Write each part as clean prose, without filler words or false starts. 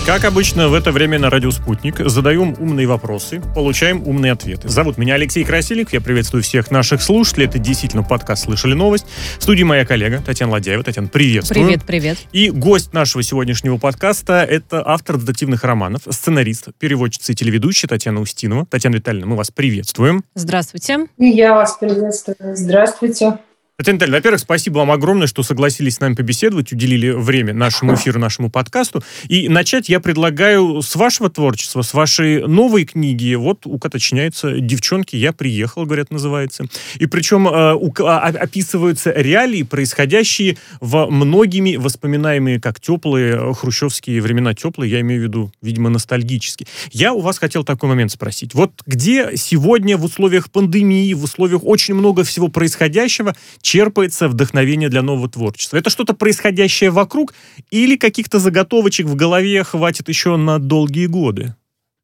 Как обычно, в это время на радио «Спутник» задаем умные вопросы, получаем умные ответы. Зовут меня Алексей Красильников, я приветствую всех наших слушателей. Это действительно подкаст «Слышали новость». В студии моя коллега Татьяна Ладяева. Татьяна, приветствую. Привет. И гость нашего сегодняшнего подкаста – это автор детективных романов, сценарист, переводчица и телеведущая Татьяна Устинова. Татьяна Витальевна, мы вас приветствуем. Здравствуйте. И я вас приветствую. Здравствуйте. Татьяна Витальевна, во-первых, спасибо вам огромное, что согласились с нами побеседовать, уделили время нашему эфиру, нашему подкасту. И начать я предлагаю с вашего творчества, с вашей новой книги. Вот уточняется «Девчонки, я приехал», говорят, называется. И причем описываются реалии, происходящие в многими воспоминаемые как теплые хрущевские времена. Теплые, я имею в виду, видимо, ностальгические. Я у вас хотел такой момент спросить. Вот где сегодня в условиях пандемии, в условиях очень много всего происходящего, черпается вдохновение для нового творчества? Это что-то происходящее вокруг или каких-то заготовочек в голове хватит еще на долгие годы?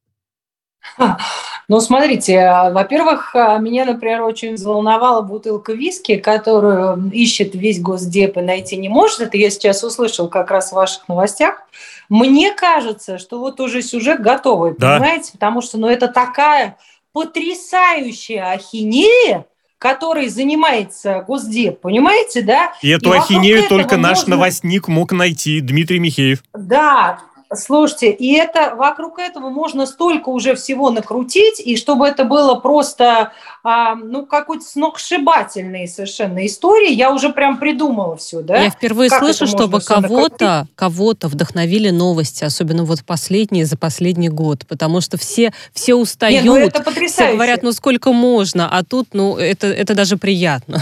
Ну, смотрите, во-первых, меня, например, очень взволновала бутылка виски, которую ищет весь Госдеп и найти не может. Это я сейчас услышал как раз в ваших новостях. Мне кажется, что вот уже сюжет готовый, понимаете? Потому что, это такая потрясающая ахинея, которой занимается Госдеп, понимаете, да? И эту ахинею только наш новостник мог найти, Дмитрий Михеев. Да, слушайте, и это вокруг этого можно столько уже всего накрутить, и чтобы это было просто, какой-то сногсшибательной совершенно истории, я уже прям придумала все, да? Я впервые слышу, чтобы кого-то вдохновили новости, особенно вот за последний год, потому что все устают, это потрясающе. Все говорят, сколько можно, а тут, это даже приятно.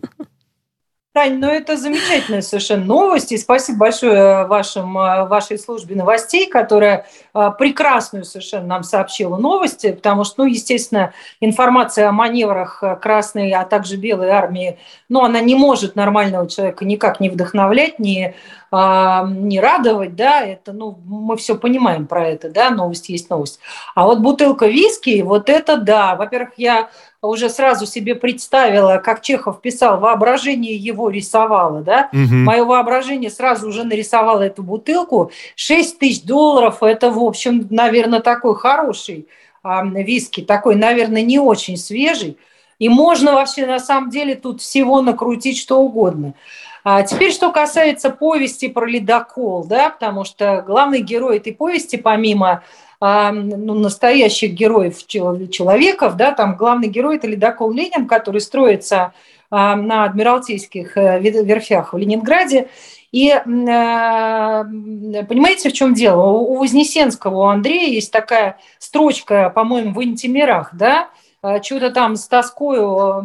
Тань, это замечательная совершенно новость, и спасибо большое вашей службе новостей, которая прекрасную совершенно нам сообщила новости, потому что, естественно, информация о маневрах Красной, а также Белой армии, она не может нормального человека никак не вдохновлять, не радовать, да, это, мы все понимаем про это, да, новость есть новость. А вот бутылка виски, вот это да. Во-первых, я уже сразу себе представила, как Чехов писал, воображение его рисовало, да. Мое воображение сразу уже нарисовало эту бутылку. $6000, это, в общем, наверное, такой хороший виски, такой, наверное, не очень свежий. И можно вообще, на самом деле, тут всего накрутить что угодно. Теперь, что касается повести про ледокол, да, потому что главный герой этой повести, помимо настоящих героев человеков, да, там главный герой – это ледокол «Ленин», который строится на Адмиралтейских верфях в Ленинграде. И понимаете, в чем дело? У Вознесенского, у Андрея есть такая строчка, по-моему, в «Интимирах», да, что-то там с тоскою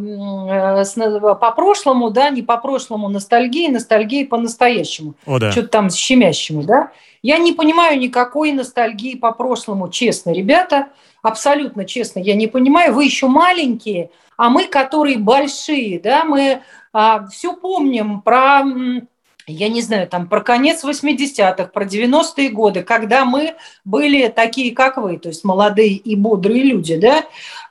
по прошлому, да, не по прошлому ностальгии по настоящему. Да. Что-то там с щемящему, да. Я не понимаю никакой ностальгии по прошлому, честно, ребята, абсолютно честно, я не понимаю. Вы еще маленькие, а мы, которые большие, да, мы все помним про... Я не знаю, про конец 80-х, про 90-е годы, когда мы были такие, как вы, то есть молодые и бодрые люди, да,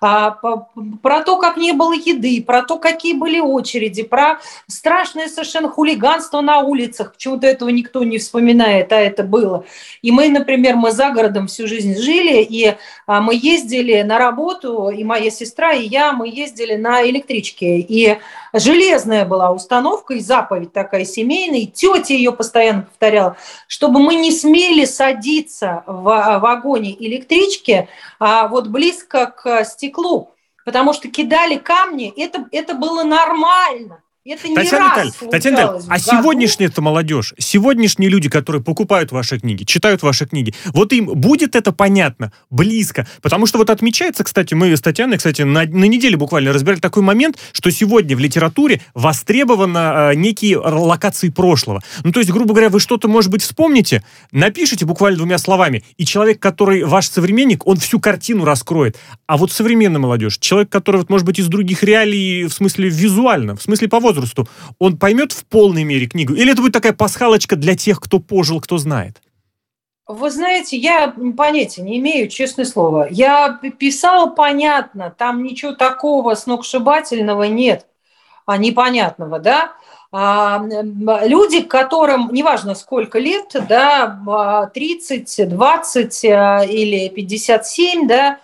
про то, как не было еды, про то, какие были очереди, про страшное совершенно хулиганство на улицах, почему-то этого никто не вспоминает, а это было. И мы, например, за городом всю жизнь жили, и мы ездили на работу, и моя сестра, и я, мы ездили на электричке, и железная была установка, и заповедь такая семейная, тетя ее постоянно повторяла, чтобы мы не смели садиться в вагоне электрички вот близко к стеклу, потому что кидали камни, это было нормально. Это не Татьяна Витальевна, а сегодняшняя-то молодежь, сегодняшние люди, которые покупают ваши книги, читают ваши книги, вот им будет это понятно, близко? Потому что вот отмечается, кстати, мы с Татьяной, на неделе буквально разбирали такой момент, что сегодня в литературе востребованы некие локации прошлого. То есть, грубо говоря, вы что-то, может быть, вспомните, напишите буквально 2 словами, и человек, который ваш современник, он всю картину раскроет. А вот современная молодежь, человек, который, может быть, из других реалий, в смысле визуально, в смысле по возрасту, он поймет в полной мере книгу? Или это будет такая пасхалочка для тех, кто пожил, кто знает? Вы знаете, я понятия не имею, честное слово. Я писала понятно, там ничего такого сногсшибательного нет, непонятного, да? Люди, которым неважно сколько лет, да, 30, 20 или 57, да,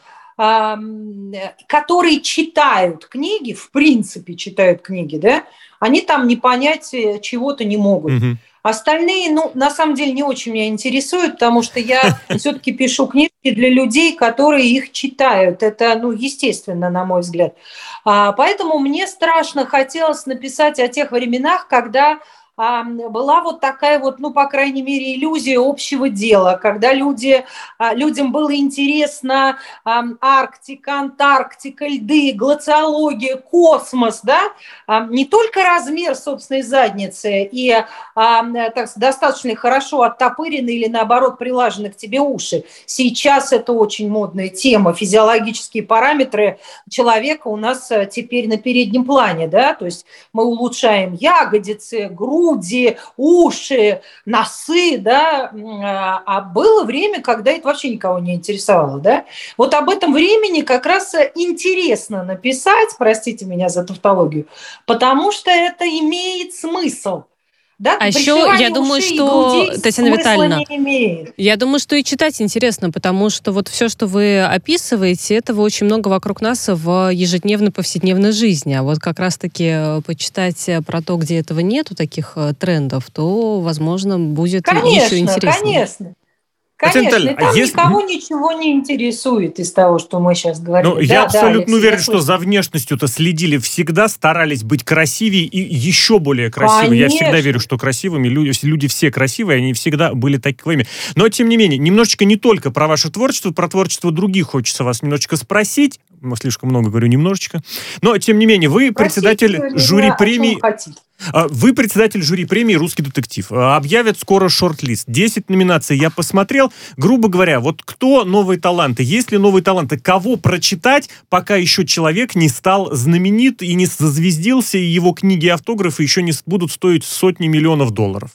которые читают книги, в принципе читают книги, да, они там не понять чего-то не могут. Мгм. Остальные, ну, на самом деле, не очень меня интересуют, потому что я все-таки пишу книжки для людей, которые их читают. Это, ну, естественно, на мой взгляд. Поэтому мне страшно хотелось написать о тех временах, когда была вот такая вот, ну, по крайней мере, иллюзия общего дела, когда людям было интересно Арктика, Антарктика, льды, глациология, космос, да, не только размер собственной задницы и так, достаточно хорошо оттопырены или, наоборот, прилажены к тебе уши. Сейчас это очень модная тема. Физиологические параметры человека у нас теперь на переднем плане, да, то есть мы улучшаем ягодицы, груди, уши, носы, да, а было время, когда это вообще никого не интересовало, да. Вот об этом времени как раз интересно написать, простите меня за тавтологию, потому что это имеет смысл. Да, А еще я думаю, что, Татьяна Витальевна, не имеет. я думаю, что и читать интересно, потому что вот все, что вы описываете, этого очень много вокруг нас в ежедневной, повседневной жизни. А вот как раз-таки почитать про то, где этого нету, таких трендов, то, возможно, будет еще интереснее. Конечно, и там никого ничего не интересует из того, что мы сейчас говорим. Ну, я абсолютно уверен, что за внешностью-то следили всегда, старались быть красивее и еще более красивыми. Я всегда верю, что красивыми люди все красивые, они всегда были таковыми. Но, тем не менее, немножечко не только про ваше творчество, про творчество других хочется вас немножечко спросить. Слишком много говорю, немножечко. Но, тем не менее, вы председатель жюри премии... Вы председатель жюри премии «Русский детектив». Объявят скоро шорт-лист. 10 номинаций я посмотрел. Грубо говоря, вот кто новые таланты? Есть ли новые таланты? Кого прочитать, пока еще человек не стал знаменит и не зазвездился, и его книги и автографы еще не будут стоить сотни миллионов долларов?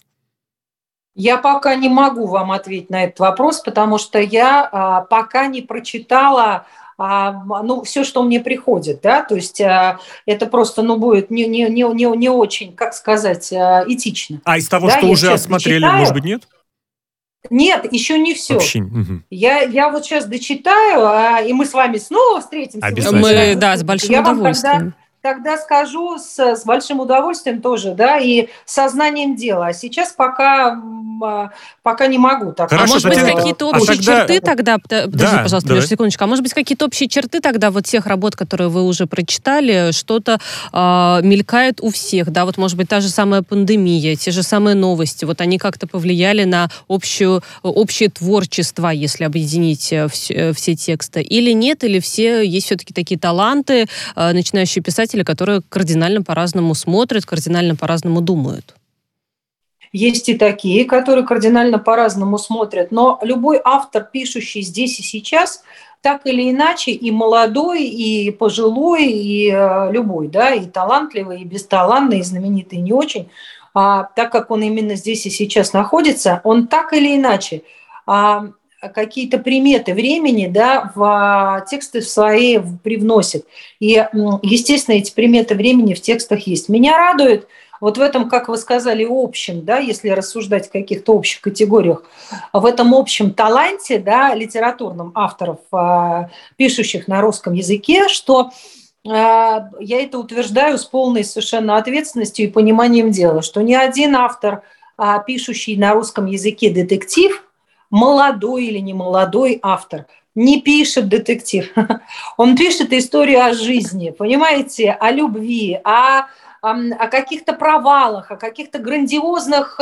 Я пока не могу вам ответить на этот вопрос, потому что я пока не прочитала... ну, все, что мне приходит, да, то есть это просто, ну, будет не очень, как сказать, этично. А из того, что уже осмотрели, может быть, нет? Нет, еще не все. Вообще. Угу. Я вот сейчас дочитаю, и мы с вами снова встретимся. Мы, да, с большим удовольствием. Тогда скажу с большим удовольствием тоже, да, и сознанием дела. А сейчас пока не могу. Так. Хорошо, может быть, какие-то общие черты тогда... Подожди, пожалуйста, Леша, секундочку. А может быть, какие-то общие черты тогда вот тех работ, которые вы уже прочитали, что-то мелькает у всех, да? Вот, может быть, та же самая пандемия, те же самые новости, вот они как-то повлияли на общее творчество, если объединить все тексты. Или нет, или все есть все-таки такие таланты, начинающие писать, которые кардинально по-разному смотрят, кардинально по-разному думают. Есть и такие, которые кардинально по-разному смотрят, но любой автор, пишущий здесь и сейчас, так или иначе, и молодой, и пожилой, и любой, да, и талантливый, и бесталантный, и знаменитый, и не очень, так как он именно здесь и сейчас находится, он так или иначе какие-то приметы времени, да, в тексты свои привносит. И, естественно, эти приметы времени в текстах есть. Меня радует вот в этом, как вы сказали, общем, да, если рассуждать в каких-то общих категориях, в этом общем таланте, да, литературном авторов, пишущих на русском языке, что я это утверждаю с полной совершенно ответственностью и пониманием дела, что ни один автор, пишущий на русском языке детектив, молодой или не молодой автор, не пишет детектив. Он пишет историю о жизни, понимаете, о любви, о каких-то провалах, о каких-то грандиозных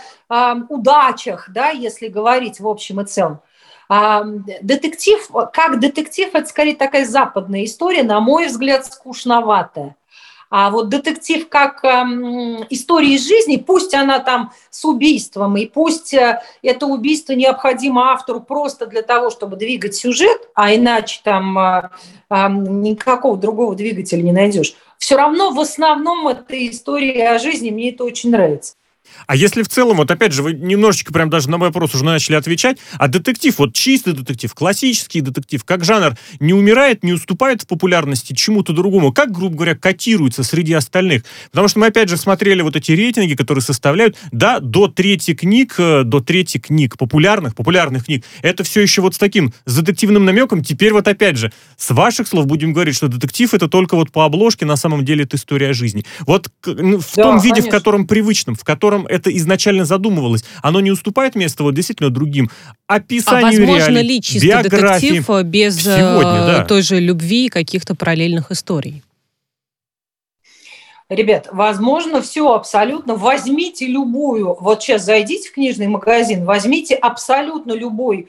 удачах, да, если говорить в общем и целом. Детектив, как детектив, это скорее такая западная история, на мой взгляд, скучноватая. А вот детектив как история из жизни, пусть она там с убийством, и пусть это убийство необходимо автору просто для того, чтобы двигать сюжет, а иначе там никакого другого двигателя не найдешь. Все равно в основном это история о жизни, мне это очень нравится. А если в целом, вот опять же, вы немножечко прям даже на мой вопрос уже начали отвечать, а детектив, вот чистый детектив, классический детектив, как жанр не умирает, не уступает в популярности чему-то другому, как, грубо говоря, котируется среди остальных? Потому что мы опять же смотрели вот эти рейтинги, которые составляют, да, до трети книг популярных книг, это все еще вот с таким, с детективным намеком. Теперь вот опять же, с ваших слов будем говорить, что детектив это только вот по обложке, на самом деле это история жизни. Вот в том виде, конечно, в котором привычном, в котором это изначально задумывалось, оно не уступает место вот действительно другим описанию реалий, возможно ли чисто биографии детектив без сегодня, да, той же любви и каких-то параллельных историй? Ребят, возможно, все абсолютно. Возьмите любую, вот сейчас зайдите в книжный магазин, возьмите абсолютно любой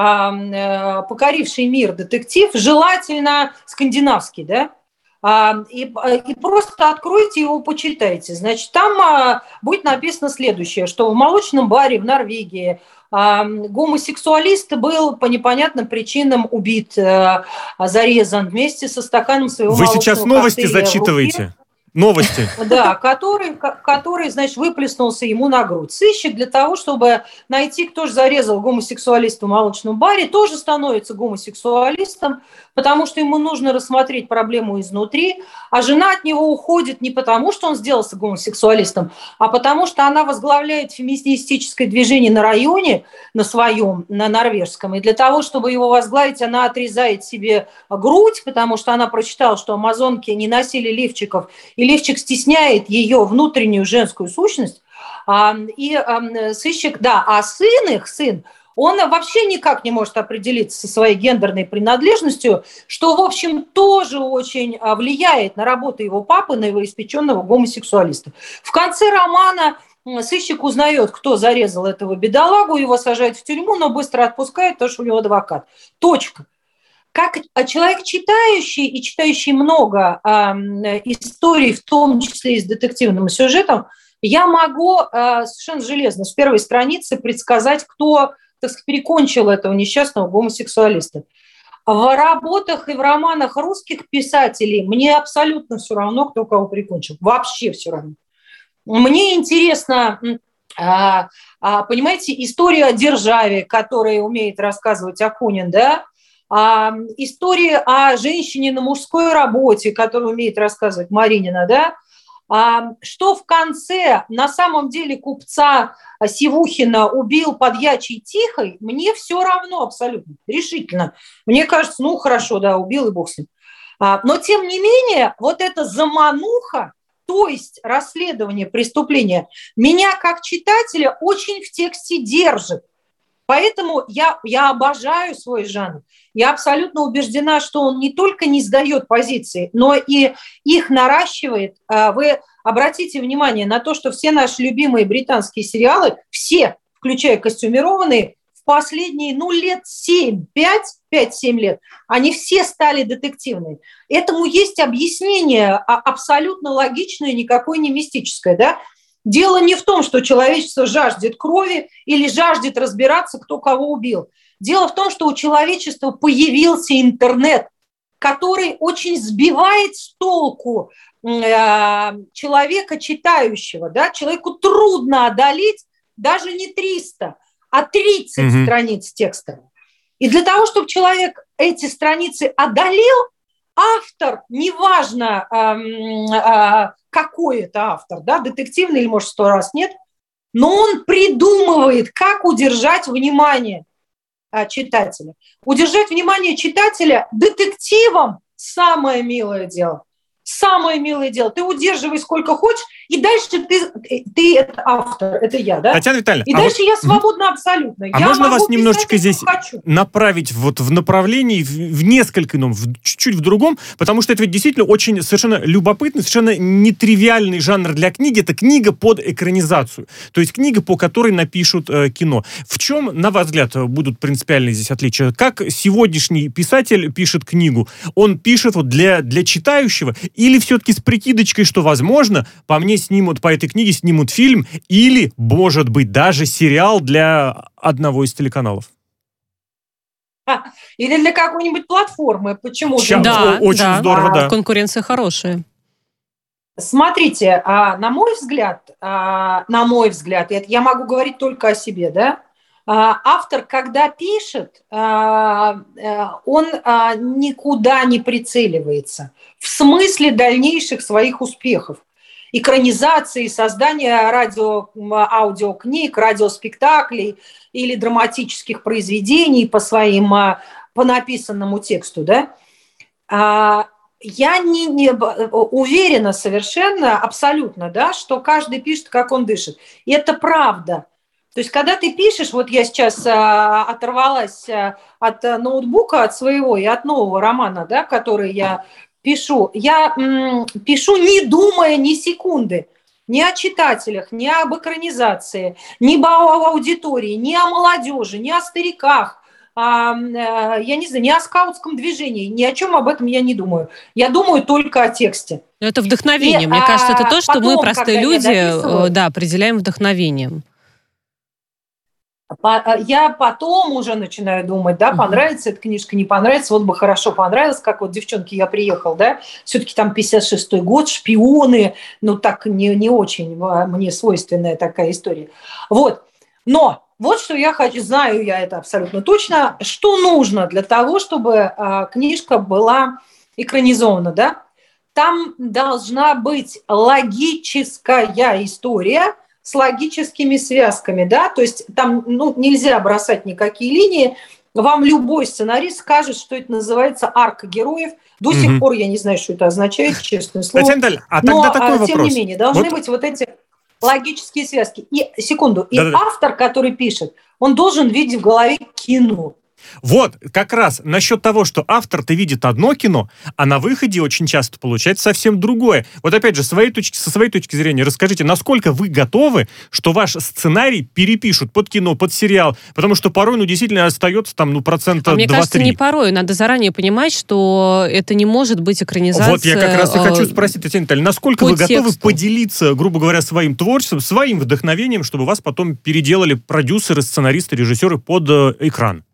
покоривший мир детектив, желательно скандинавский, да, и просто откройте его, почитайте. Значит, там будет написано следующее, что в молочном баре в Норвегии гомосексуалист был по непонятным причинам убит, зарезан вместе со стаканом своего молочного коктейля. Вы сейчас новости зачитываете? Новости. Да, который, значит, выплеснулся ему на грудь. Сыщик для того, чтобы найти, кто же зарезал гомосексуалиста в молочном баре, тоже становится гомосексуалистом, потому что ему нужно рассмотреть проблему изнутри, а жена от него уходит не потому, что он сделался гомосексуалистом, а потому что она возглавляет феминистическое движение на районе, на своем, на норвежском, и для того, чтобы его возглавить, она отрезает себе грудь, потому что она прочитала, что амазонки не носили лифчиков, и лифчик стесняет ее внутреннюю женскую сущность, и сыщик, да, а сын, он вообще никак не может определиться со своей гендерной принадлежностью, что, в общем, тоже очень влияет на работу его папы, на его испеченного гомосексуалиста. В конце романа сыщик узнает, кто зарезал этого бедолагу, его сажают в тюрьму, но быстро отпускают, потому что у него адвокат. Точка. Как человек читающий, и читающий много историй, в том числе и с детективным сюжетом, я могу совершенно железно с первой страницы предсказать, кто, так сказать, перекончил этого несчастного гомосексуалиста. В работах и в романах русских писателей мне абсолютно все равно, кто кого прикончил. Вообще все равно. Мне интересно, понимаете, история о державе, которая умеет рассказывать Акунин, да, истории о женщине на мужской работе, которую умеет рассказывать Маринина, да, что в конце на самом деле купца Сивухина убил подьячий Тихой, мне все равно абсолютно, решительно. Мне кажется, ну хорошо, да, убил и бог с ним. Но тем не менее, вот эта замануха, то есть расследование преступления, меня как читателя очень в тексте держит. Поэтому я обожаю свой жанр. Я абсолютно убеждена, что он не только не сдает позиции, но и их наращивает. Вы обратите внимание на то, что все наши любимые британские сериалы, все, включая костюмированные, в последние, лет 7, 5-7 лет, они все стали детективные. Этому есть объяснение абсолютно логичное, никакое не мистическое, да? Дело не в том, что человечество жаждет крови или жаждет разбираться, кто кого убил. Дело в том, что у человечества появился интернет, который очень сбивает с толку человека читающего. Да? Человеку трудно одолеть даже не 300, а 30 страниц текста. И для того, чтобы человек эти страницы одолел, автор, неважно, какой это автор, да, детективный или, может, 100 раз нет, но он придумывает, как удержать внимание читателя. Удержать внимание читателя детективом – самое милое дело. Самое милое дело. Ты удерживай сколько хочешь, и дальше ты это автор, это я, да? Татьяна Витальевна, и дальше я свободна абсолютно. А можно вас немножечко здесь направить вот в направлении, в несколько ином, чуть-чуть в другом, потому что это ведь действительно очень совершенно любопытный, совершенно нетривиальный жанр для книги. Это книга под экранизацию. То есть книга, по которой напишут кино. В чем, на ваш взгляд, будут принципиальные здесь отличия? Как сегодняшний писатель пишет книгу? Он пишет вот для читающего или все-таки с прикидочкой, что, возможно, по этой книге снимут фильм или, может быть, даже сериал для одного из телеканалов? Или для какой-нибудь платформы. Почему? Очень здорово, да. Конкуренция хорошая. Смотрите, на мой взгляд, это я могу говорить только о себе, да, автор, когда пишет, он никуда не прицеливается в смысле дальнейших своих успехов. Экранизации, создания аудиокниг, радиоспектаклей или драматических произведений по написанному тексту, да. Я не уверена совершенно, абсолютно, да, что каждый пишет, как он дышит. И это правда. То есть, когда ты пишешь, вот я сейчас оторвалась от ноутбука, от своего и от нового романа, да, который я пишу не думая ни секунды ни о читателях, ни об экранизации, ни об аудитории, ни о молодежи, ни о стариках, я не знаю, ни о скаутском движении, ни о чем об этом я не думаю. Я думаю только о тексте. Но это вдохновение. Мне кажется, это то, что мы, простые люди, определяем вдохновением. Я потом уже начинаю думать, да, понравится эта книжка, не понравится, вот бы хорошо понравилось, как вот девчонки, я приехал, да, все-таки там 56-й год, шпионы, ну так не очень мне свойственная такая история. Вот, но вот что я хочу, знаю я это абсолютно точно, что нужно для того, чтобы книжка была экранизована, да, там должна быть логическая история, с логическими связками, да, то есть там нельзя бросать никакие линии. Вам любой сценарист скажет, что это называется арка героев. До сих пор я не знаю, что это означает, честное слово. Но, тем не менее, должны быть вот эти логические связки. И, секунду, автор, который пишет, он должен видеть в голове кино. Вот, как раз насчет того, что автор-то видит одно кино, а на выходе очень часто получается совсем другое. Вот опять же, со своей точки зрения, расскажите, насколько вы готовы, что ваш сценарий перепишут под кино, под сериал, потому что порой, действительно остается там, 2-3%. Мне кажется, не порой, надо заранее понимать, что это не может быть экранизация. Вот я как раз и хочу спросить, Татьяна Витальевна, насколько вы готовы поделиться, грубо говоря, своим творчеством, своим вдохновением, чтобы вас потом переделали продюсеры, сценаристы, режиссеры под экран?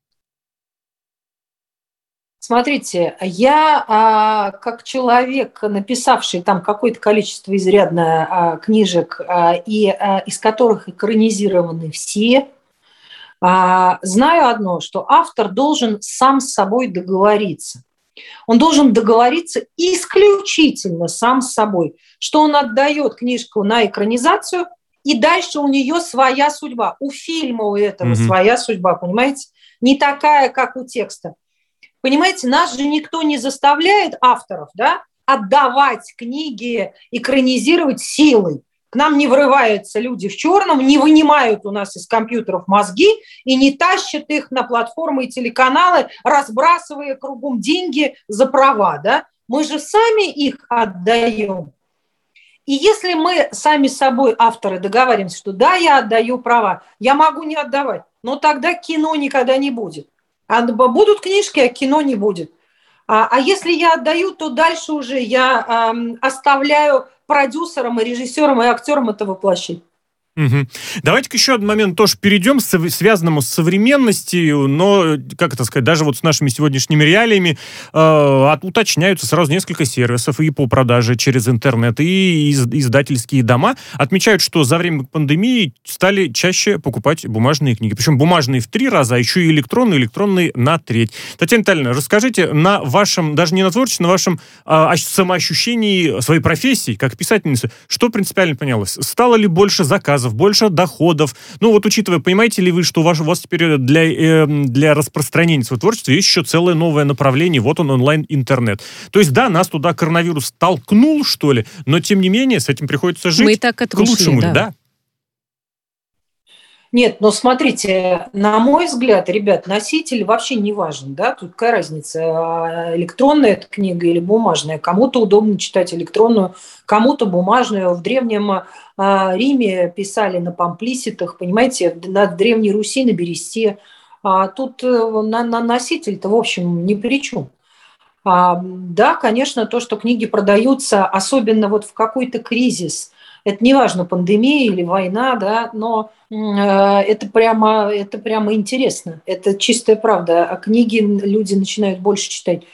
Смотрите, я как человек, написавший там какое-то количество изрядно книжек, и из которых экранизированы все, знаю одно, что автор должен сам с собой договориться. Он должен договориться исключительно сам с собой, что он отдает книжку на экранизацию, и дальше у нее своя судьба. У фильма у этого своя судьба, понимаете? Не такая, как у текста. Понимаете, нас же никто не заставляет, авторов, да, отдавать книги, экранизировать силой. К нам не врываются люди в черном, не вынимают у нас из компьютеров мозги и не тащат их на платформы и телеканалы, разбрасывая кругом деньги за права. Да? Мы же сами их отдаем. И если мы сами с собой, авторы, договариваемся, что да, я отдаю права, я могу не отдавать, но тогда кино никогда не будет. Будут книжки, а кино не будет. А если я отдаю, то дальше уже я оставляю продюсерам и режиссерам и актерам это воплощить. Давайте к еще один момент тоже перейдем, связанному с современностью, но, как это сказать, даже вот с нашими сегодняшними реалиями уточняются сразу несколько сервисов и по продаже через интернет, и издательские дома отмечают, что за время пандемии стали чаще покупать бумажные книги. Причем бумажные в 3 раза, а еще и электронные на треть. Татьяна Витальевна, расскажите на вашем, даже не на творчестве, на вашем самоощущении своей профессии, как писательницы, что принципиально поменялось? Стало ли больше заказов, больше доходов? Учитывая, понимаете ли вы, что у вас теперь для распространения своего творчества есть еще целое новое направление, вот он, онлайн-интернет. То есть, да, нас туда коронавирус толкнул, что ли, но, тем не менее, с этим приходится жить. Мы и так к лучшему, да? Нет, но смотрите, на мой взгляд, ребят, носитель вообще не важен, да, тут какая разница, электронная эта книга или бумажная, кому-то удобно читать электронную, кому-то бумажную. В Древнем Риме писали на памплиситах, понимаете, на Древней Руси на бересте, тут на носитель-то, в общем, ни при чем. Да, конечно, то, что книги продаются, особенно вот в какой-то кризис, это не важно, пандемия или война, да, но это прямо интересно. Это чистая правда. А книги люди начинают больше читать.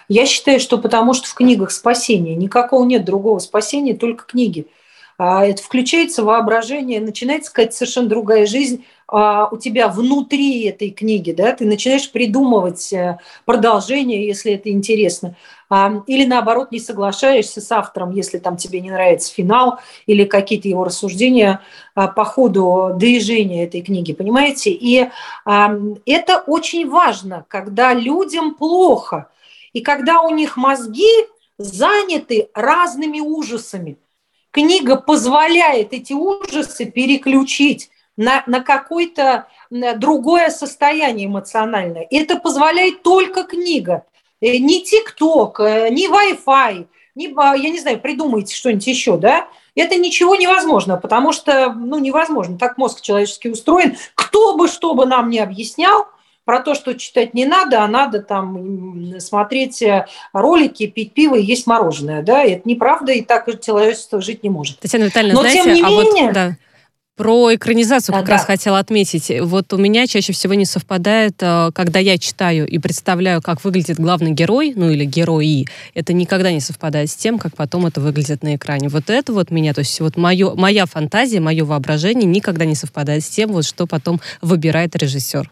Я считаю, что потому что в книгах спасение. Никакого нет другого спасения, только книги. Это включается воображение, начинается какая-то совершенно другая жизнь у тебя внутри этой книги, да, ты начинаешь придумывать продолжение, если это интересно, или наоборот не соглашаешься с автором, если там тебе не нравится финал или какие-то его рассуждения по ходу движения этой книги, понимаете? И это очень важно, когда людям плохо, и когда у них мозги заняты разными ужасами. Книга позволяет эти ужасы переключить на какое-то другое состояние эмоциональное. Это позволяет только книга. Ни ТикТок, ни Wi-Fi, ни, я не знаю, придумайте что-нибудь еще, да? Это ничего невозможно, потому что, невозможно. Так мозг человеческий устроен. Кто бы что бы нам не объяснял, про то, что читать не надо, а надо там смотреть ролики, пить пиво и есть мороженое. Да? Это неправда, и так человечество жить не может. Татьяна Витальевна, но знаете, тем не менее... Про экранизацию как раз хотела отметить. Вот у меня чаще всего не совпадает, когда я читаю и представляю, как выглядит главный герой, или герои, это никогда не совпадает с тем, как потом это выглядит на экране. Вот это вот меня, то есть вот моя фантазия, мое воображение никогда не совпадает с тем, вот что потом выбирает режиссер.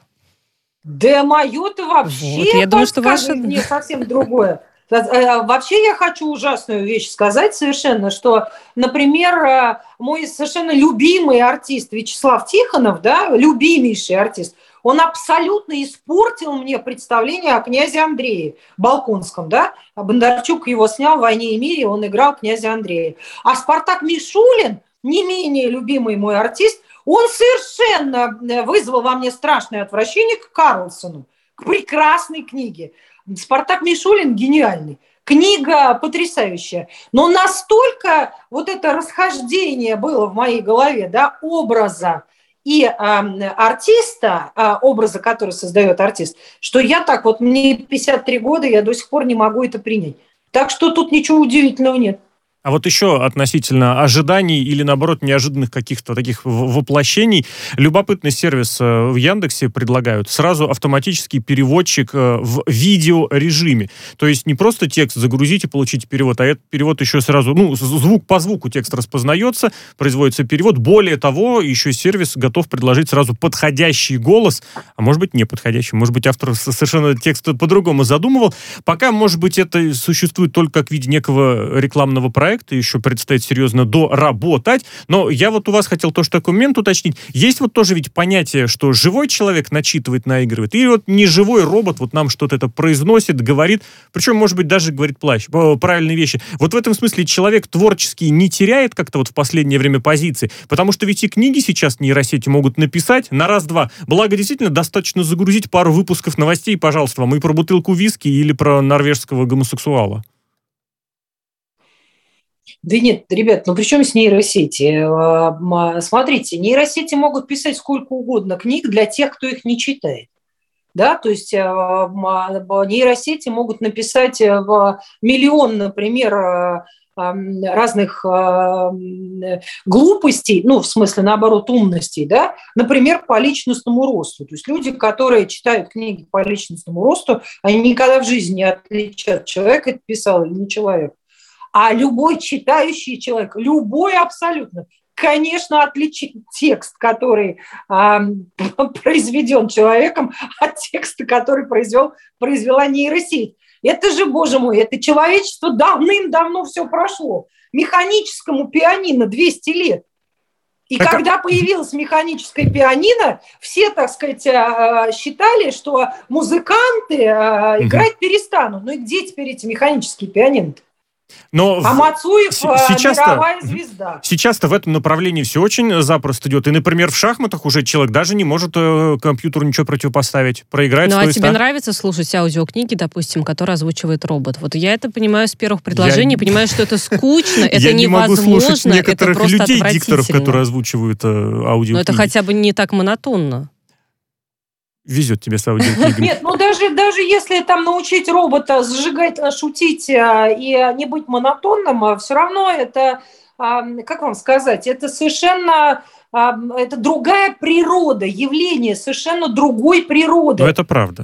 Да мое-то вообще, вот, я думаю, что ваше... мне совсем другое. Вообще я хочу ужасную вещь сказать совершенно, что, например, мой совершенно любимый артист Вячеслав Тихонов, да, любимейший артист, он абсолютно испортил мне представление о князе Андрее Болконском, да, Бондарчук его снял в «Войне и мире», он играл князя Андрея. А Спартак Мишулин, не менее любимый мой артист, он совершенно вызвал во мне страшное отвращение к Карлсону, к прекрасной книге. Спартак Мишулин гениальный. Книга потрясающая. Но настолько вот это расхождение было в моей голове, да, образа и артиста, образа, который создает артист, что я так вот, мне 53 года, я до сих пор не могу это принять. Так что тут ничего удивительного нет. А вот еще относительно ожиданий или, наоборот, неожиданных каких-то таких воплощений, любопытный сервис в Яндексе предлагают сразу автоматический переводчик в видеорежиме. То есть не просто текст загрузить и получить перевод, а этот перевод еще сразу, звук по звуку текст распознается, производится перевод. Более того, еще сервис готов предложить сразу подходящий голос, а может быть, не подходящий. Может быть, автор совершенно текст по-другому задумывал. Пока, может быть, это существует только как в виде некого рекламного проекта, еще предстоит серьезно доработать. Но я вот у вас хотел тоже такой момент уточнить. Есть вот тоже ведь понятие, что живой человек начитывает, наигрывает, и вот неживой робот вот нам что-то это произносит, говорит, причем, может быть, даже говорит правильные вещи. Вот в этом смысле человек творческий не теряет как-то вот в последнее время позиции, потому что ведь и книги сейчас нейросети могут написать на раз-два. Благо, действительно, достаточно загрузить пару выпусков новостей, пожалуйста, вам и про бутылку виски или про норвежского гомосексуала. Да нет, ребят, при чем с нейросети? Смотрите, нейросети могут писать сколько угодно книг для тех, кто их не читает. Да, то есть нейросети могут написать миллион, например, разных глупостей, в смысле, наоборот, умностей, да, например, по личностному росту. То есть люди, которые читают книги по личностному росту, они никогда в жизни не отличат, человек это писал или не человек. А любой читающий человек, любой абсолютно, конечно, отличит текст, который произведен человеком, от текста, который произвела нейросеть. Это же, боже мой, это человечество давным-давно все прошло. Механическому пианино 200 лет. И когда появилось механическое пианино, все, так сказать, считали, что музыканты играть перестанут. Ну и где теперь эти механические пианино-то? Но Мацуев мировая звезда. Сейчас-то в этом направлении все очень запросто идет. И, например, в шахматах уже человек даже не может компьютеру ничего противопоставить. Проиграет. Ну, а тебе нравится слушать аудиокниги, допустим, которые озвучивает робот? Вот я это понимаю с первых предложений, понимаю, что это скучно, это невозможно, я не могу слушать некоторых людей, дикторов, отвратительно. которые озвучивают аудиокниги. Но это хотя бы не так монотонно. Везет тебе с аудиокнигами. Нет, даже если там научить робота зажигать, шутить и не быть монотонным, все равно это, как вам сказать, это совершенно это другая природа, явление совершенно другой природы. Но это правда.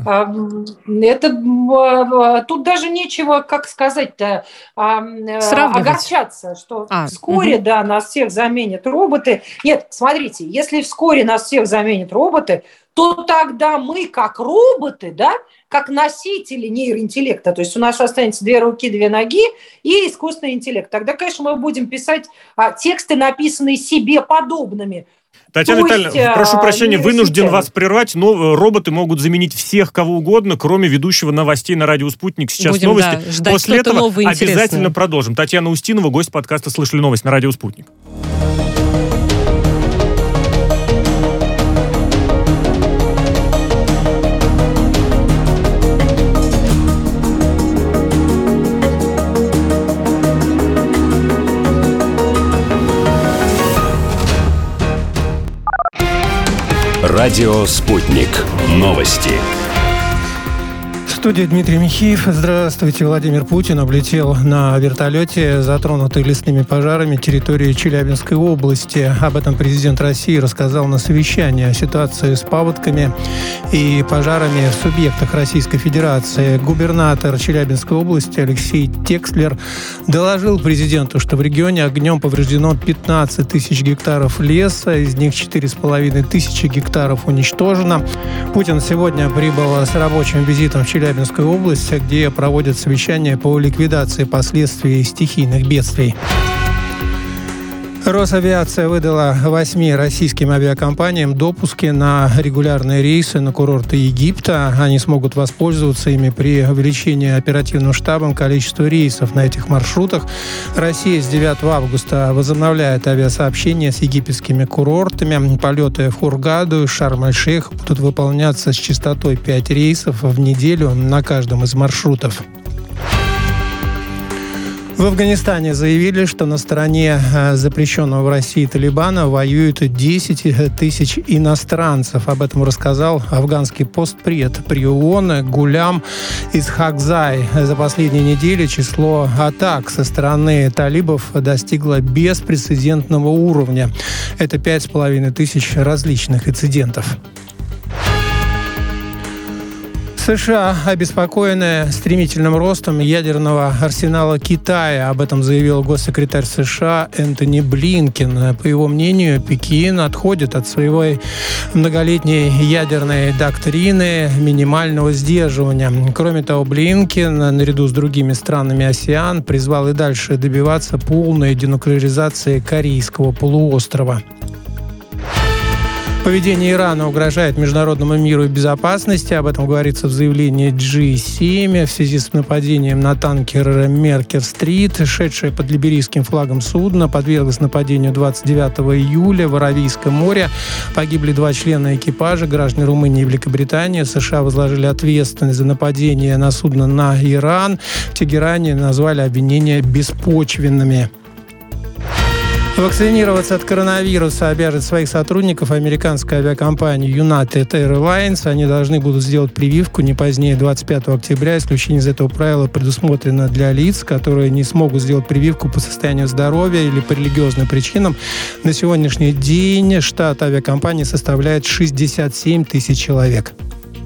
Тут даже нечего, как сказать-то, огорчаться, что вскоре, нас всех заменят роботы. Нет, смотрите, если вскоре нас всех заменят роботы, то тогда мы, как роботы, как носители нейроинтеллекта, то есть у нас останется 2 руки, 2 ноги и искусственный интеллект. Тогда, конечно, мы будем писать тексты, написанные себе подобными. Татьяна Витальевна, прошу прощения, вынужден вас прервать, но роботы могут заменить всех, кого угодно, кроме ведущего новостей на радио «Спутник». Сейчас будем, новости. Ждать после этого новое, обязательно продолжим. Татьяна Устинова, гость подкаста «Слышали новость» на радио «Спутник». Радио «Спутник». Новости. В студии Дмитрий Михеев. Здравствуйте. Владимир Путин облетел на вертолете, затронутой лесными пожарами, территории Челябинской области. Об этом президент России рассказал на совещании о ситуации с паводками и пожарами в субъектах Российской Федерации. Губернатор Челябинской области Алексей Текслер доложил президенту, что в регионе огнем повреждено 15 тысяч гектаров леса, из них 4,5 тысячи гектаров уничтожено. Путин сегодня прибыл с рабочим визитом в Челябинскую область, где проводят совещание по ликвидации последствий стихийных бедствий. Росавиация выдала 8 российским авиакомпаниям допуски на регулярные рейсы на курорты Египта. Они смогут воспользоваться ими при увеличении оперативным штабом количества рейсов на этих маршрутах. Россия с 9 августа возобновляет авиасообщение с египетскими курортами. Полеты в Хургаду и Шарм-эль-Шейх будут выполняться с частотой 5 рейсов в неделю на каждом из маршрутов. В Афганистане заявили, что на стороне запрещенного в России Талибана воюют 10 тысяч иностранцев. Об этом рассказал афганский постпред при ООН Гулям Исхакзай. За последние недели число атак со стороны талибов достигло беспрецедентного уровня. Это 5,5 различных инцидентов. США обеспокоены стремительным ростом ядерного арсенала Китая. Об этом заявил госсекретарь США Энтони Блинкен. По его мнению, Пекин отходит от своей многолетней ядерной доктрины минимального сдерживания. Кроме того, Блинкен, наряду с другими странами АСЕАН, призвал и дальше добиваться полной денуклеаризации Корейского полуострова. Поведение Ирана угрожает международному миру и безопасности. Об этом говорится в заявлении G7 в связи с нападением на танкер Меркер-стрит. Шедшее под либерийским флагом судно подверглось нападению 29 июля в Аравийском море. Погибли 2 члена экипажа, граждане Румынии и Великобритании. США возложили ответственность за нападение на судно на Иран. В Тегеране назвали обвинения беспочвенными. Вакцинироваться от коронавируса обяжет своих сотрудников американская авиакомпания United Airlines. Они должны будут сделать прививку не позднее 25 октября. Исключение из этого правила предусмотрено для лиц, которые не смогут сделать прививку по состоянию здоровья или по религиозным причинам. На сегодняшний день штат авиакомпании составляет 67 тысяч человек.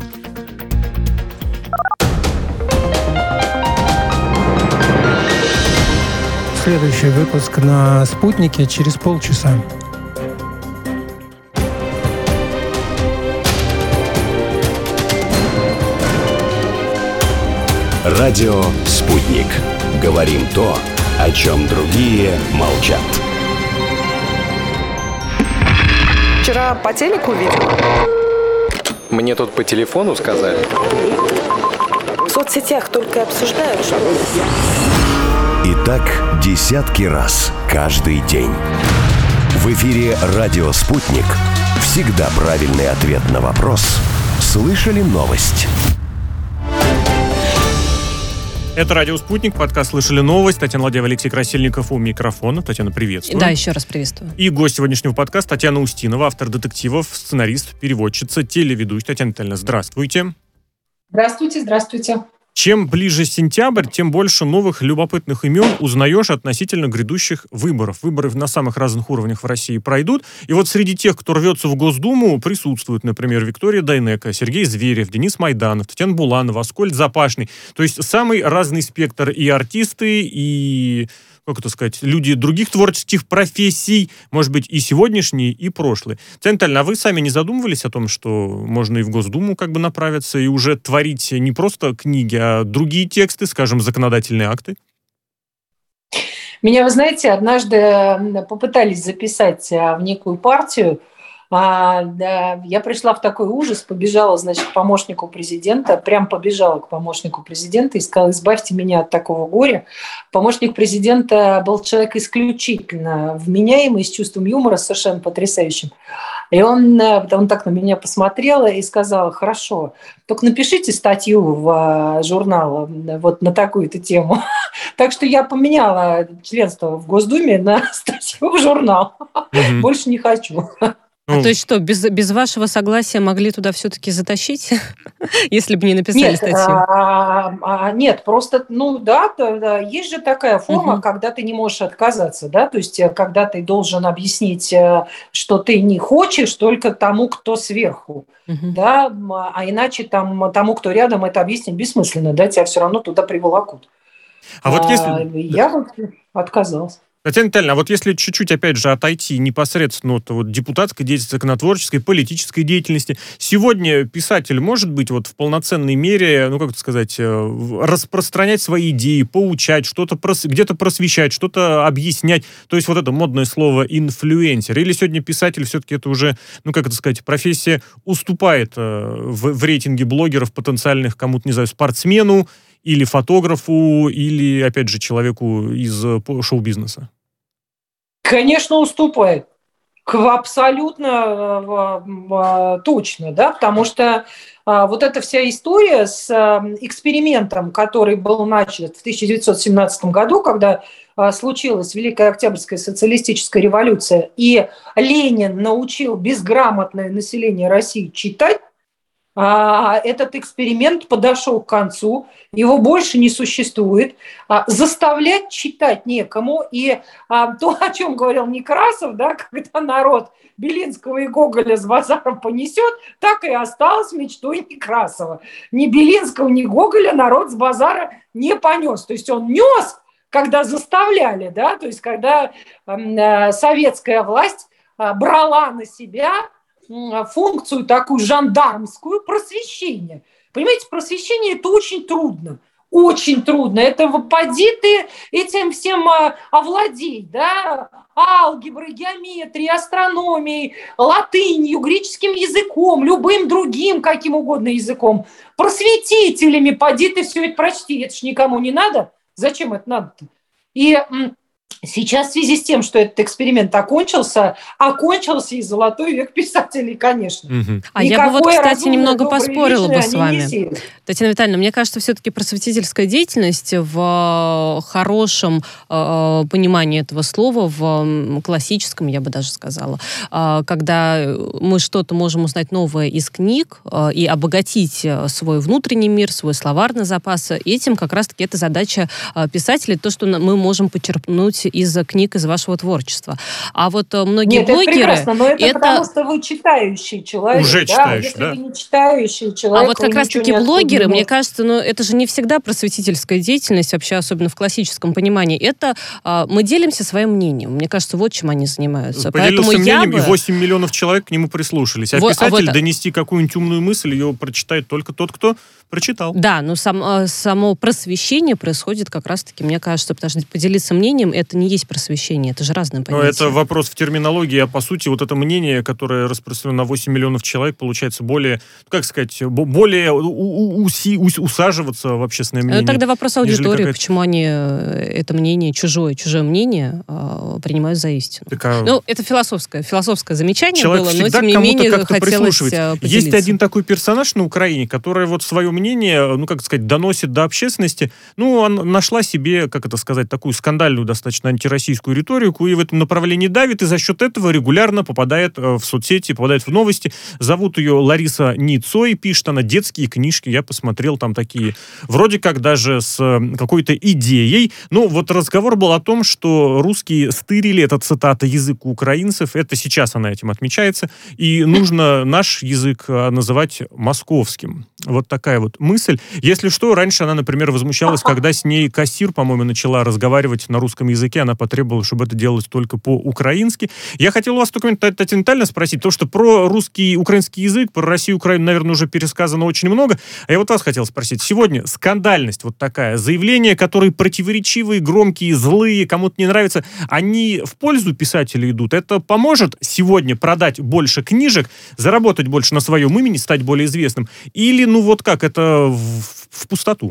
Следующий выпуск на «Спутнике» через полчаса. Радио «Спутник». Говорим то, о чем другие молчат. Вчера по телеку видела. Мне тут по телефону сказали. В соцсетях только обсуждают, что... И так десятки раз каждый день. В эфире «Радио Спутник». Всегда правильный ответ на вопрос. Слышали новость? Это «Радио Спутник», подкаст «Слышали новость». Татьяна Ладеева, Алексей Красильников у микрофона. Татьяна, приветствую. Да, еще раз приветствую. И гость сегодняшнего подкаста Татьяна Устинова, автор детективов, сценарист, переводчица, телеведущая. Татьяна Витальевна, здравствуйте. Здравствуйте, здравствуйте. Чем ближе сентябрь, тем больше новых любопытных имен узнаешь относительно грядущих выборов. Выборы на самых разных уровнях в России пройдут. И вот среди тех, кто рвется в Госдуму, присутствуют, например, Виктория Дайнеко, Сергей Зверев, Денис Майданов, Татьяна Буланова, Аскольд Запашный. То есть самый разный спектр и артисты, и... как это сказать, люди других творческих профессий, может быть, и сегодняшние, и прошлые. Татьяна Витальевна, а вы сами не задумывались о том, что можно и в Госдуму как бы направиться и уже творить не просто книги, а другие тексты, скажем, законодательные акты? Меня, вы знаете, однажды попытались записать в некую партию. Я пришла в такой ужас, побежала, значит, к помощнику президента, прям побежала к помощнику президента и сказала: избавьте меня от такого горя. Помощник президента был человек исключительно вменяемый, с чувством юмора совершенно потрясающим. И он так на меня посмотрел и сказал: хорошо, только напишите статью в журнал вот на такую-то тему. Так что я поменяла членство в Госдуме на статью в журнал. Больше не хочу. То есть что, без вашего согласия могли туда все-таки затащить, если бы не написали статью? Нет, просто, есть же такая форма, когда ты не можешь отказаться, да, то есть когда ты должен объяснить, что ты не хочешь только тому, кто сверху, да, а иначе тому, кто рядом, это объяснить бессмысленно, да, тебя все равно туда приволокут. А вот если... Я отказалась. Татьяна Витальевна, а вот если чуть-чуть, опять же, отойти непосредственно от депутатской деятельности, законотворческой, политической деятельности, сегодня писатель может быть вот в полноценной мере, распространять свои идеи, поучать, что-то где-то просвещать, что-то объяснять, то есть вот это модное слово «инфлюенсер», или сегодня писатель все-таки это уже, профессия уступает в рейтинге блогеров потенциальных кому-то, не знаю, спортсмену, или фотографу, или, опять же, человеку из шоу-бизнеса? Конечно, уступает. Абсолютно точно, да, потому что вот эта вся история с экспериментом, который был начат в 1917 году, когда случилась Великая Октябрьская социалистическая революция, и Ленин научил безграмотное население России читать, этот эксперимент подошел к концу, его больше не существует, заставлять читать некому. И то, о чем говорил Некрасов, да, когда народ Белинского и Гоголя с базаром понесет, так и осталось мечтой Некрасова. Ни Белинского, ни Гоголя народ с базара не понес. То есть он нес, когда заставляли, да, то есть когда советская власть брала на себя функцию такую жандармскую просвещения. Понимаете, просвещение – это очень трудно. Очень трудно. Это поди ты этим всем овладей, да? Алгеброй, геометрией, астрономией, латынью, греческим языком, любым другим, каким угодно языком. Просветителями поди ты все это прочти. Это ж никому не надо. Зачем это надо-то? И сейчас в связи с тем, что этот эксперимент окончился и золотой век писателей, конечно. А я бы кстати, немного поспорила бы с вами. Татьяна Витальевна, мне кажется, все-таки просветительская деятельность в хорошем понимании этого слова, в классическом, я бы даже сказала, когда мы что-то можем узнать новое из книг и обогатить свой внутренний мир, свой словарный запас, этим как раз-таки это задача писателей, то, что мы можем почерпнуть из книг, из вашего творчества. А вот многие блогеры... это прекрасно, но это потому, что вы читающий человек. Уже читающий, да? Если вы не читающий человек... А вот как раз-таки блогеры, мне кажется, это же не всегда просветительская деятельность, вообще, особенно в классическом понимании. Это мы делимся своим мнением. Мне кажется, вот чем они занимаются. Поделился мнением, и 8 миллионов человек к нему прислушались. А писатель донести какую-нибудь умную мысль, ее прочитает только тот, кто прочитал. Да, но само просвещение происходит как раз-таки, мне кажется, потому что поделиться мнением, это не есть просвещение, это же разные понятия. Но это вопрос в терминологии, а по сути вот это мнение, которое распространено на 8 миллионов человек, получается более, более усаживаться в общественное мнение. Тогда вопрос аудитории, почему они это мнение, чужое мнение принимают за истину. Это философское замечание человек было, но тем не менее хотелось поделиться. Есть один такой персонаж на Украине, который вот свое мнение, доносит до общественности. Она нашла себе, такую скандальную достаточно достаточно антироссийскую риторику и в этом направлении давит, и за счет этого регулярно попадает в соцсети, попадает в новости. Зовут ее Лариса Ницой, пишет она детские книжки, я посмотрел, там такие, вроде как даже с какой-то идеей. Ну, вот разговор был о том, что русские стырили, это цитата, язык у украинцев, это сейчас она этим отмечается, и нужно наш язык называть московским. Вот такая вот мысль. Если что, раньше она, например, возмущалась, когда с ней кассир, по-моему, начала разговаривать на русском языке, она потребовала, чтобы это делалось только по-украински. Я хотел у вас только континентально спросить, то, что про русский, украинский язык, про Россию, Украину, наверное, уже пересказано очень много. А я вот вас хотел спросить. Сегодня скандальность вот такая, заявления, которые противоречивые, громкие, злые, кому-то не нравятся, они в пользу писателя идут? Это поможет сегодня продать больше книжек, заработать больше на своем имени, стать более известным? Или, ну вот как, это в пустоту?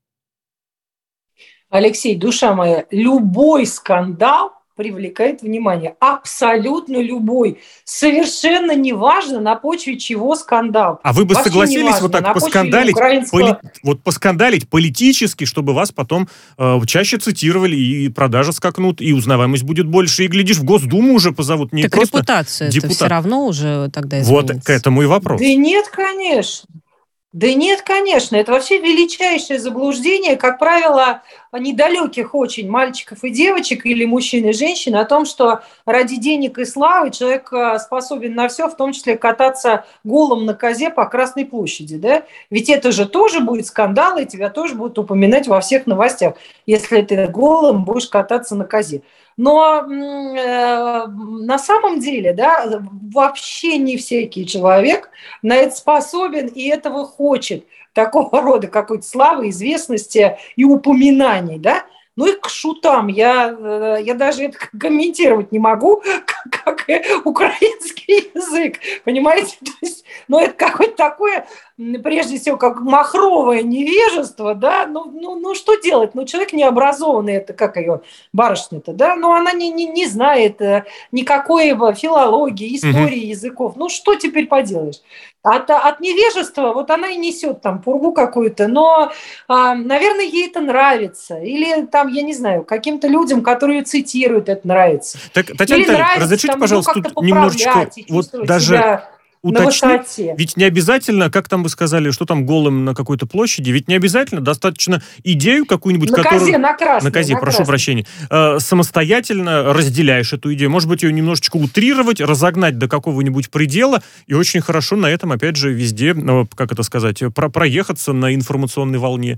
Алексей, душа моя, любой скандал привлекает внимание. Абсолютно любой. Совершенно неважно, на почве чего скандал. А вы бы вообще согласились вот так поскандалить, украинского... поскандалить политически, чтобы вас потом чаще цитировали, и продажи скакнут, и узнаваемость будет больше, и, глядишь, в Госдуму уже позовут не так просто репутация депутат. Это все равно уже тогда изменится. Вот к этому и вопрос. Да нет, конечно. Да нет, конечно, это вообще величайшее заблуждение, как правило, недалеких очень мальчиков и девочек или мужчин и женщин о том, что ради денег и славы человек способен на все, в том числе кататься голым на козе по Красной площади. Да? Ведь это же тоже будет скандал, и тебя тоже будут упоминать во всех новостях, если ты голым будешь кататься на козе. Но на самом деле, да, вообще не всякий человек на это способен и этого хочет, такого рода какой-то славы, известности и упоминаний, да. Ну и к шутам, я даже это комментировать не могу, как украинский язык, понимаете? То есть, ну это какое-то такое, прежде всего, как махровое невежество, да, ну что делать? Ну человек необразованный, это как ее, барышня-то, да, но она не знает никакой филологии, истории языков, ну что теперь поделаешь? От невежества вот она и несет там пургу какую-то, но, наверное, ей это нравится. Или там, я не знаю, каким-то людям, которые цитируют, это нравится. Так, Татьяна Витальевна, разрешите, там, пожалуйста, тут немножечко вот даже уточнить. Ведь не обязательно, как там вы сказали, что там голым на какой-то площади, ведь не обязательно, достаточно идею какую-нибудь, на которую... козе, на красной. На козе, прошу прощения. Самостоятельно разделяешь эту идею. Может быть, ее немножечко утрировать, разогнать до какого-нибудь предела, и очень хорошо на этом, опять же, везде, как это сказать, проехаться на информационной волне.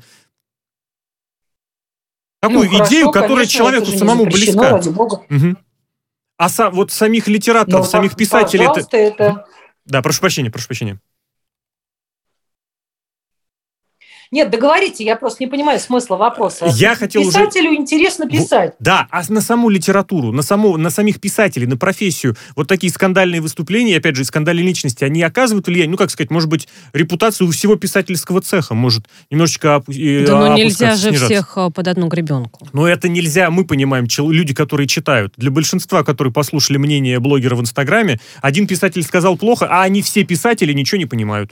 Такую идею, которая человеку самому близка. Ради бога. Угу. А вот самих литераторов, самих писателей... это... Да, прошу прощения. Нет, договорите, я просто не понимаю смысла вопроса. Писателю интересно писать. Да, а на саму литературу, на самих писателей, на профессию, вот такие скандальные выступления, опять же, скандальные личности, они оказывают влияние, ну, как сказать, может быть, репутацию всего писательского цеха может немножечко опускаться. Да, ну нельзя же всех под одну гребенку. Но это нельзя, мы понимаем, люди, которые читают. Для большинства, которые послушали мнение блогера в Инстаграме, один писатель сказал плохо, а они все писатели ничего не понимают.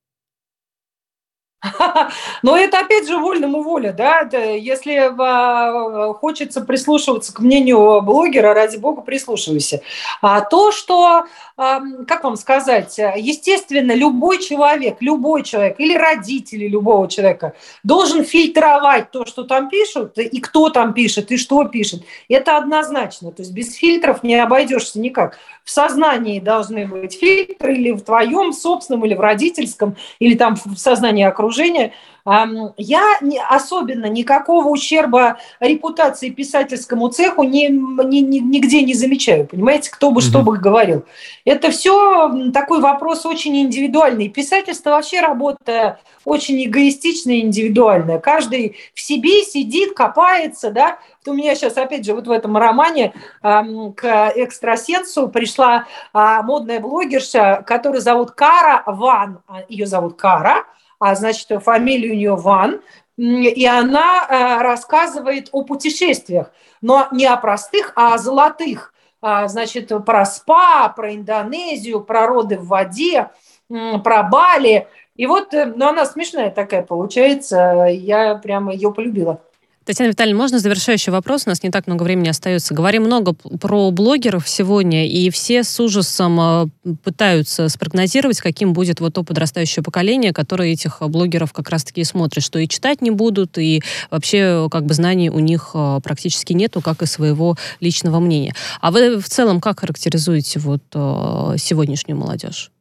Но это опять же вольному воля, да, если хочется прислушиваться к мнению блогера, ради бога, прислушивайся. А то, что, как вам сказать, естественно, любой человек или родители любого человека должен фильтровать то, что там пишут, и кто там пишет, и что пишет. Это однозначно, то есть без фильтров не обойдешься никак. В сознании должны быть фильтры, или в твоем собственном, или в родительском, или там в сознании окружения. Я особенно никакого ущерба репутации писательскому цеху нигде не замечаю, понимаете, кто бы что бы говорил. Это все такой вопрос очень индивидуальный. Писательство вообще работа очень эгоистичная и индивидуальная. Каждый в себе сидит, копается, да. У меня сейчас, опять же, вот в этом романе к экстрасенсу пришла модная блогерша, которую зовут Кара Ван. Ее зовут Кара, значит, фамилия у нее Ван. И она рассказывает о путешествиях, но не о простых, а о золотых. Значит, про СПА, про Индонезию, про роды в воде, про Бали. И вот, ну, она смешная такая получается, я прямо ее полюбила. Татьяна Витальевна, можно завершающий вопрос? У нас не так много времени остается. Говорим много про блогеров сегодня, и все с ужасом пытаются спрогнозировать, каким будет вот то подрастающее поколение, которое этих блогеров как раз-таки смотрит, что и читать не будут, и вообще как бы знаний у них практически нету, как и своего личного мнения. А вы в целом как характеризуете вот сегодняшнюю молодежь?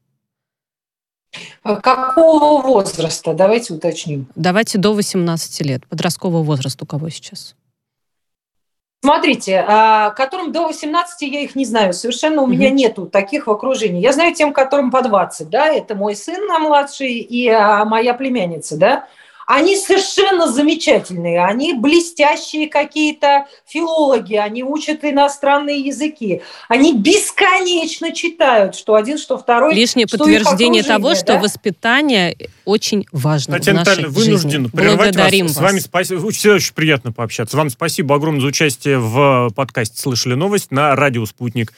Какого возраста? Давайте уточним. Давайте до 18 лет. Подростковый возраст у кого сейчас? Смотрите, которым до 18 я их не знаю. Совершенно у меня нету таких в окружении. Я знаю тем, которым по 20. Да? Это мой сын младший и моя племянница. Да? Они совершенно замечательные, они блестящие какие-то филологи, они учат иностранные языки, они бесконечно читают, что один, что второй. Лишнее подтверждение того, что воспитание очень важно в нашей жизни. Вынужден прервать вас. С вами спасибо. Всегда очень приятно пообщаться. Вам спасибо огромное за участие в подкасте «Слышали новость» на радио «Спутник».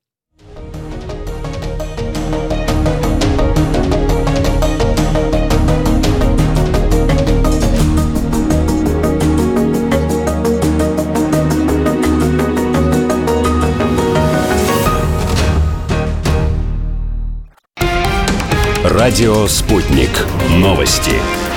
Радио «Спутник». Новости.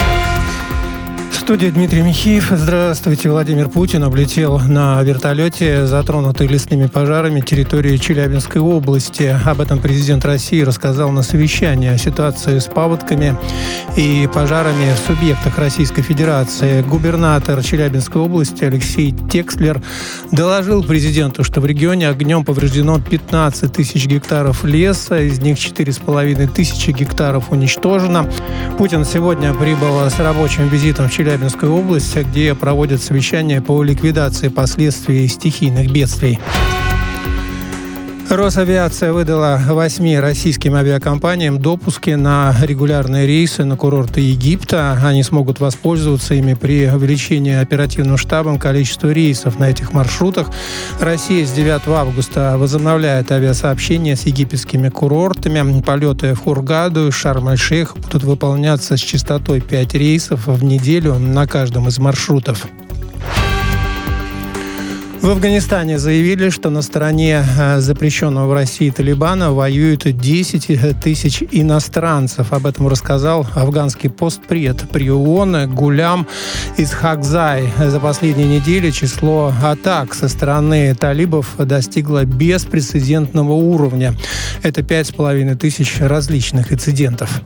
В студии Дмитрий Михеев. Здравствуйте. Владимир Путин облетел на вертолете, затронутой лесными пожарами, территории Челябинской области. Об этом президент России рассказал на совещании о ситуации с паводками и пожарами в субъектах Российской Федерации. Губернатор Челябинской области Алексей Текслер доложил президенту, что в регионе огнем повреждено 15 тысяч гектаров леса, из них 4,5 тысячи гектаров уничтожено. Путин сегодня прибыл с рабочим визитом в Челябинскую область, где проводят совещание по ликвидации последствий стихийных бедствий. Росавиация выдала 8 российским авиакомпаниям допуски на регулярные рейсы на курорты Египта. Они смогут воспользоваться ими при увеличении оперативным штабом количества рейсов на этих маршрутах. Россия с 9 августа возобновляет авиасообщение с египетскими курортами. Полеты в Хургаду и Шарм-эль-Шейх будут выполняться с частотой 5 рейсов в неделю на каждом из маршрутов. В Афганистане заявили, что на стороне запрещенного в России Талибана воюют 10 тысяч иностранцев. Об этом рассказал афганский постпред при ООН Гулям Исхакзай. За последние недели число атак со стороны талибов достигло беспрецедентного уровня. Это 5,5 различных инцидентов.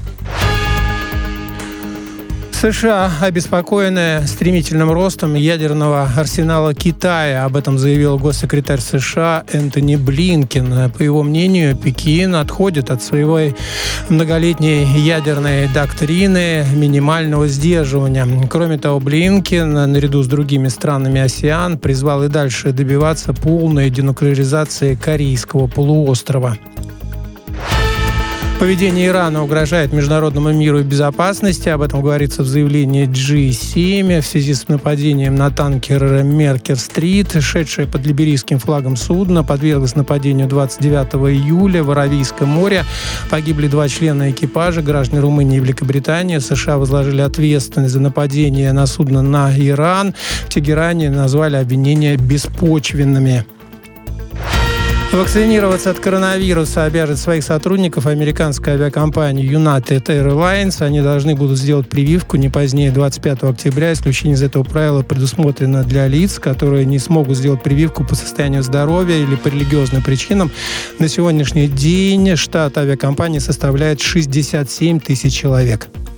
США обеспокоены стремительным ростом ядерного арсенала Китая. Об этом заявил госсекретарь США Энтони Блинкен. По его мнению, Пекин отходит от своей многолетней ядерной доктрины минимального сдерживания. Кроме того, Блинкен, наряду с другими странами АСЕАН, призвал и дальше добиваться полной денуклеаризации Корейского полуострова. Поведение Ирана угрожает международному миру и безопасности. Об этом говорится в заявлении G7 в связи с нападением на танкер Меркер-Стрит. Шедшее под либерийским флагом судно подверглось нападению 29 июля в Аравийском море. Погибли 2 члена экипажа, граждане Румынии и Великобритании. США возложили ответственность за нападение на судно на Иран. В Тегеране назвали обвинения беспочвенными. Вакцинироваться от коронавируса обяжет своих сотрудников американская авиакомпания United Airlines. Они должны будут сделать прививку не позднее 25 октября. Исключение из этого правила предусмотрено для лиц, которые не смогут сделать прививку по состоянию здоровья или по религиозным причинам. На сегодняшний день штат авиакомпании составляет 67 тысяч человек.